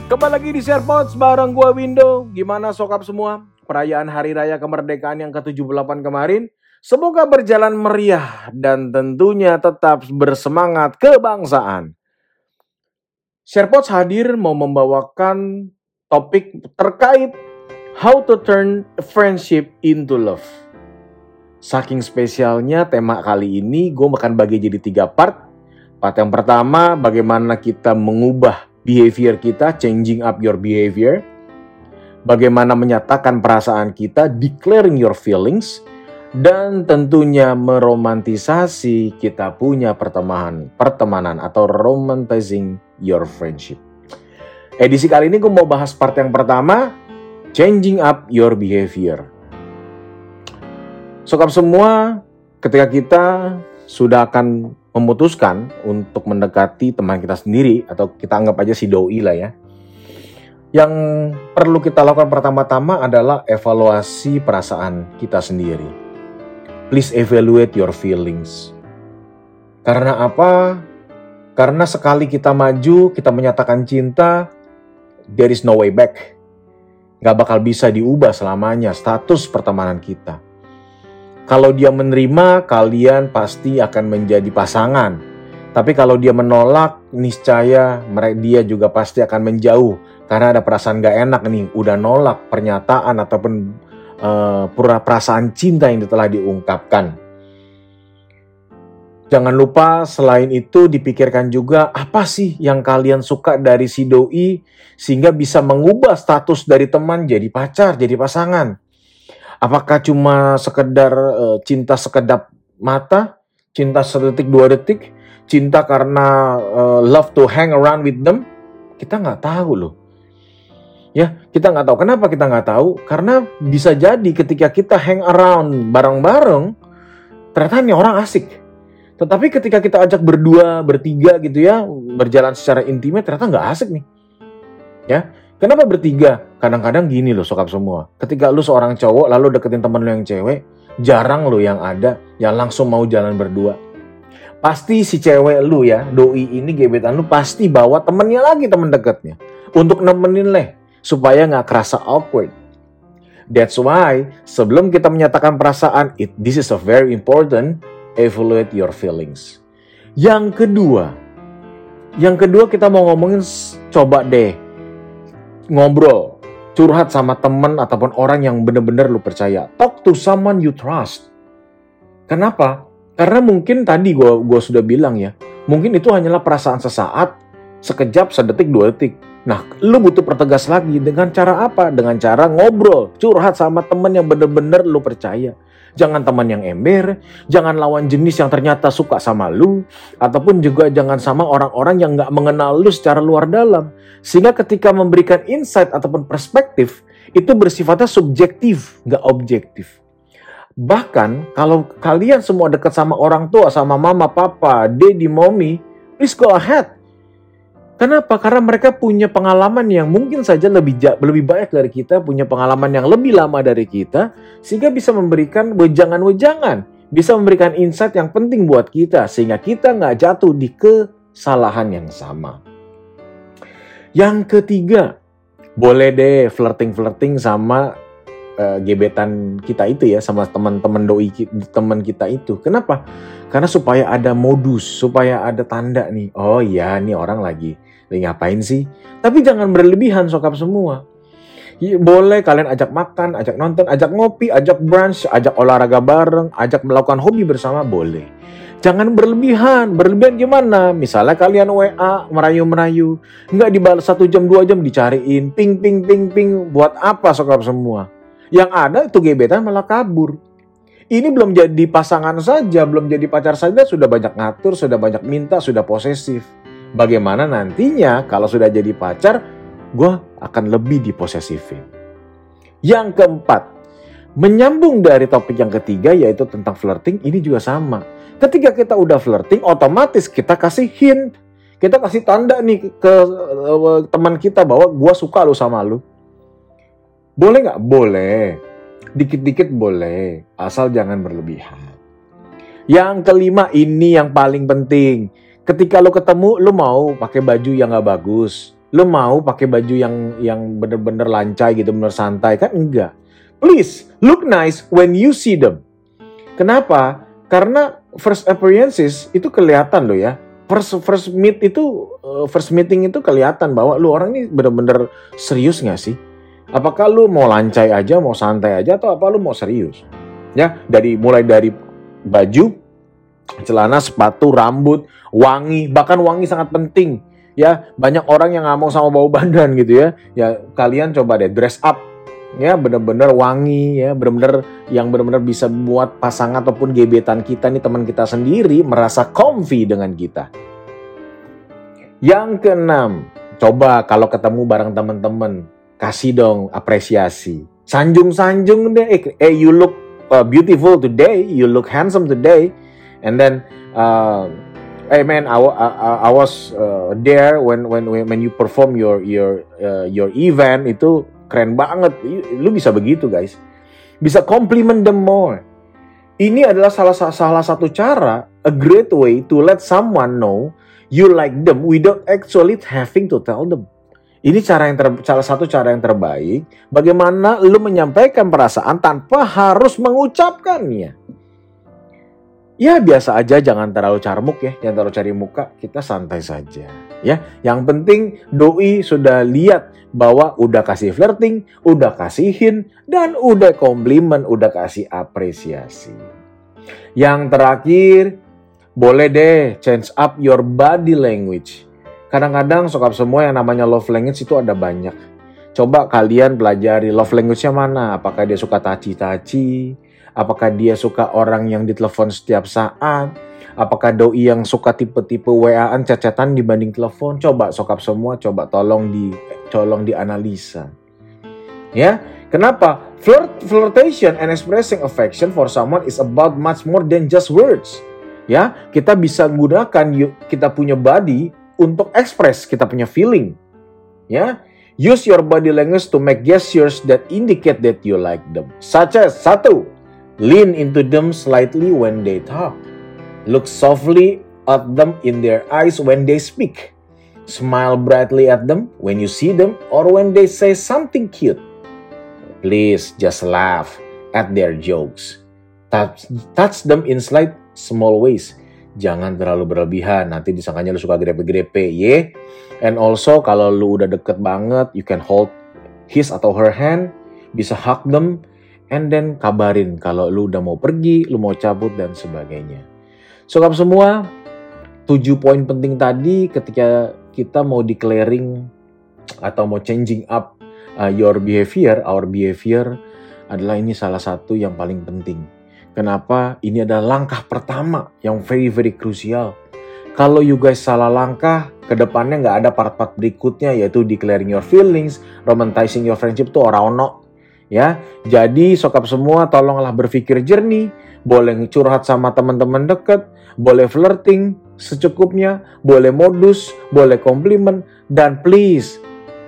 Kembali lagi di SharePods bareng gua Windo. Gimana sokap semua? Perayaan Hari Raya Kemerdekaan yang ke-78 kemarin. Semoga berjalan meriah dan tentunya tetap bersemangat kebangsaan. SharePods hadir mau membawakan topik terkait how to turn friendship into love. Saking spesialnya tema kali ini, gue akan bagi jadi 3 part. Part yang pertama, bagaimana kita mengubah behavior kita, changing up your behavior. Bagaimana menyatakan perasaan kita, declaring your feelings. Dan tentunya meromantisasi kita punya pertemanan atau romanticizing your friendship. Edisi kali ini gue mau bahas part yang pertama, changing up your behavior. Sokap semua, ketika kita sudah akan memutuskan untuk mendekati teman kita sendiri, atau kita anggap aja si doi lah ya, yang perlu kita lakukan pertama-tama adalah evaluasi perasaan kita sendiri. Please evaluate your feelings. Karena apa? Karena sekali kita maju, kita menyatakan cinta, there is no way back. Gak bakal bisa diubah selamanya status pertemanan kita. Kalau dia menerima, kalian pasti akan menjadi pasangan. Tapi kalau dia menolak, niscaya dia juga pasti akan menjauh. Karena ada perasaan gak enak nih, udah nolak pernyataan ataupun perasaan cinta yang telah diungkapkan. Jangan lupa selain itu dipikirkan juga apa sih yang kalian suka dari si doi sehingga bisa mengubah status dari teman jadi pacar, jadi pasangan. Apakah cuma sekedar cinta sekedap mata, cinta sedetik 2 detik, cinta karena love to hang around with them? Kita nggak tahu loh. Ya, kita nggak tahu. Kenapa kita nggak tahu? Karena bisa jadi ketika kita hang around bareng-bareng, ternyata nih orang asik. Tetapi ketika kita ajak berdua, bertiga gitu ya, berjalan secara intimate, ternyata nggak asik nih. Ya. Kenapa bertiga? Kadang-kadang gini loh sokap semua. Ketika lu seorang cowok lalu deketin temen lu yang cewek, jarang lu yang ada yang langsung mau jalan berdua. Pasti si cewek lu ya, doi ini gebetan lu pasti bawa temennya lagi, temen deketnya. Untuk nemenin supaya gak kerasa awkward. That's why sebelum kita menyatakan perasaan, this is a very important, evaluate your feelings. Yang kedua kita mau ngomongin, coba deh ngobrol, curhat sama teman ataupun orang yang benar-benar lu percaya. Talk to someone you trust. Kenapa? Karena mungkin tadi gue sudah bilang ya, mungkin itu hanyalah perasaan sesaat, sekejap, sedetik, 2 detik. Nah, lu butuh pertegas lagi. Dengan cara apa? Dengan cara ngobrol, curhat sama teman yang benar-benar lu percaya. Jangan teman yang ember, jangan lawan jenis yang ternyata suka sama lu, ataupun juga jangan sama orang-orang yang gak mengenal lu secara luar dalam. Sehingga ketika memberikan insight ataupun perspektif, itu bersifatnya subjektif, gak objektif. Bahkan kalau kalian semua dekat sama orang tua, sama mama, papa, daddy, mommy, please go ahead. Kenapa? Karena mereka punya pengalaman yang mungkin saja lebih banyak dari kita, punya pengalaman yang lebih lama dari kita, sehingga bisa memberikan wejangan-wejangan, bisa memberikan insight yang penting buat kita, sehingga kita nggak jatuh di kesalahan yang sama. Yang ketiga, boleh deh flirting sama gebetan kita itu ya, sama teman-teman doi teman kita itu. Kenapa? Karena supaya ada modus, supaya ada tanda nih. Oh iya, nih orang lagi ngapain sih? Tapi jangan berlebihan sokap semua. Boleh kalian ajak makan, ajak nonton, ajak ngopi, ajak brunch, ajak olahraga bareng, ajak melakukan hobi bersama, boleh. Jangan berlebihan. Berlebihan gimana? Misalnya kalian WA, merayu-merayu, nggak dibalas 1 jam, 2 jam dicariin, ping. Buat apa sokap semua? Yang ada itu gebetan malah kabur. Ini belum jadi pasangan saja, belum jadi pacar saja sudah banyak ngatur, sudah banyak minta, sudah posesif. Bagaimana nantinya kalau sudah jadi pacar, gue akan lebih diposesifin. Yang keempat, menyambung dari topik yang ketiga yaitu tentang flirting, ini juga sama. Ketika kita udah flirting, otomatis kita kasih hint, kita kasih tanda nih ke teman kita bahwa gue suka lu sama lu. Boleh nggak? Boleh. Dikit-dikit boleh, asal jangan berlebihan. Yang kelima, ini yang paling penting. Ketika lo ketemu, lo mau pakai baju yang gak bagus. Lu mau pakai baju yang bener-bener lancai gitu, bener santai kan? Enggak. Please, look nice when you see them. Kenapa? Karena first appearances itu kelihatan loh ya. First meeting itu kelihatan bahwa lu orang ini bener-bener serius nggak sih? Apakah lu mau lancai aja, mau santai aja, atau apa lu mau serius? Ya, mulai dari baju, celana, sepatu, rambut, wangi, bahkan wangi sangat penting. Ya, banyak orang yang nggak mau sama bau badan gitu ya. Ya, kalian coba deh dress up. Ya, bener-bener wangi ya, yang bener-bener bisa buat pasangan ataupun gebetan kita nih, teman kita sendiri merasa comfy dengan kita. Yang keenam, coba kalau ketemu bareng teman-teman, kasih dong apresiasi. Sanjung-sanjung deh, you look beautiful today, you look handsome today. And then hey man, I was there when you perform your event, itu keren banget. Lu bisa begitu guys, bisa compliment them more. Ini adalah salah satu cara, a great way to let someone know you like them without actually having to tell them. Ini salah satu cara yang terbaik bagaimana lu menyampaikan perasaan tanpa harus mengucapkannya. Ya biasa aja, jangan terlalu carmuk ya, jangan terlalu cari muka, kita santai saja. Ya, yang penting doi sudah lihat bahwa udah kasih flirting, udah kasih hint, dan udah komplimen, udah kasih apresiasi. Yang terakhir, boleh deh change up your body language. Kadang-kadang sokap semua yang namanya love language itu ada banyak. Coba kalian pelajari love language-nya mana. Apakah dia suka taci-taci? Apakah dia suka orang yang ditelepon setiap saat? Apakah doi yang suka tipe-tipe WA-an, chat-chatan dibanding telepon? Coba sokap semua, coba tolong dianalisa. Ya, kenapa? Flirtation and expressing affection for someone is about much more than just words. Ya, kita bisa gunakan kita punya body untuk express kita punya feeling. Ya, use your body language to make gestures that indicate that you like them. Such as 1. Lean into them slightly when they talk. Look softly at them in their eyes when they speak. Smile brightly at them when you see them or when they say something cute. Please just laugh at their jokes. Touch them in slight small ways. Jangan terlalu berlebihan, nanti disangkanya lu suka grepe-grepe, ye. And also kalau lu udah deket banget, you can hold his atau her hand, bisa hug them, and then kabarin kalau lu udah mau pergi, lu mau cabut, dan sebagainya. Sokap semua, 7 poin penting tadi ketika kita mau declaring atau mau changing up our behavior adalah ini salah satu yang paling penting. Kenapa? Ini adalah langkah pertama yang very very crucial. Kalau you guys salah langkah, kedepannya nggak ada part-part berikutnya, yaitu declaring your feelings, romanticizing your friendship tuh orang-orang. Ya, jadi sokap semua tolonglah berpikir jernih, boleh curhat sama teman-teman dekat, boleh flirting secukupnya, boleh modus, boleh komplimen, dan please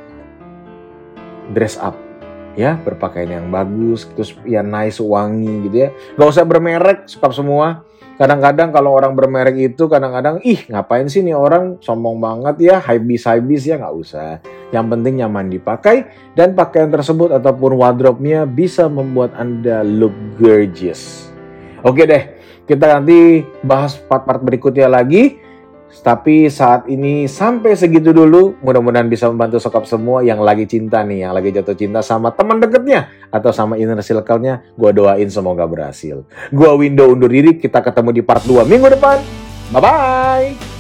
dress up. Ya, berpakaian yang bagus, terus ya nice, wangi gitu ya. Gak usah bermerek sokap semua. Kadang-kadang kalau orang bermerek itu kadang-kadang ngapain sih nih orang sombong banget ya, hypebeast ya, nggak usah. Yang penting nyaman dipakai dan pakaian tersebut ataupun wardrobe-nya bisa membuat Anda look gorgeous. Oke deh, kita nanti bahas part-part berikutnya lagi. Tapi saat ini sampai segitu dulu. Mudah-mudahan bisa membantu sokap semua yang lagi cinta nih, yang lagi jatuh cinta sama teman dekatnya atau sama inner circle-nya. Gua doain semoga berhasil. Gua Window undur diri, kita ketemu di part 2 minggu depan. Bye-bye!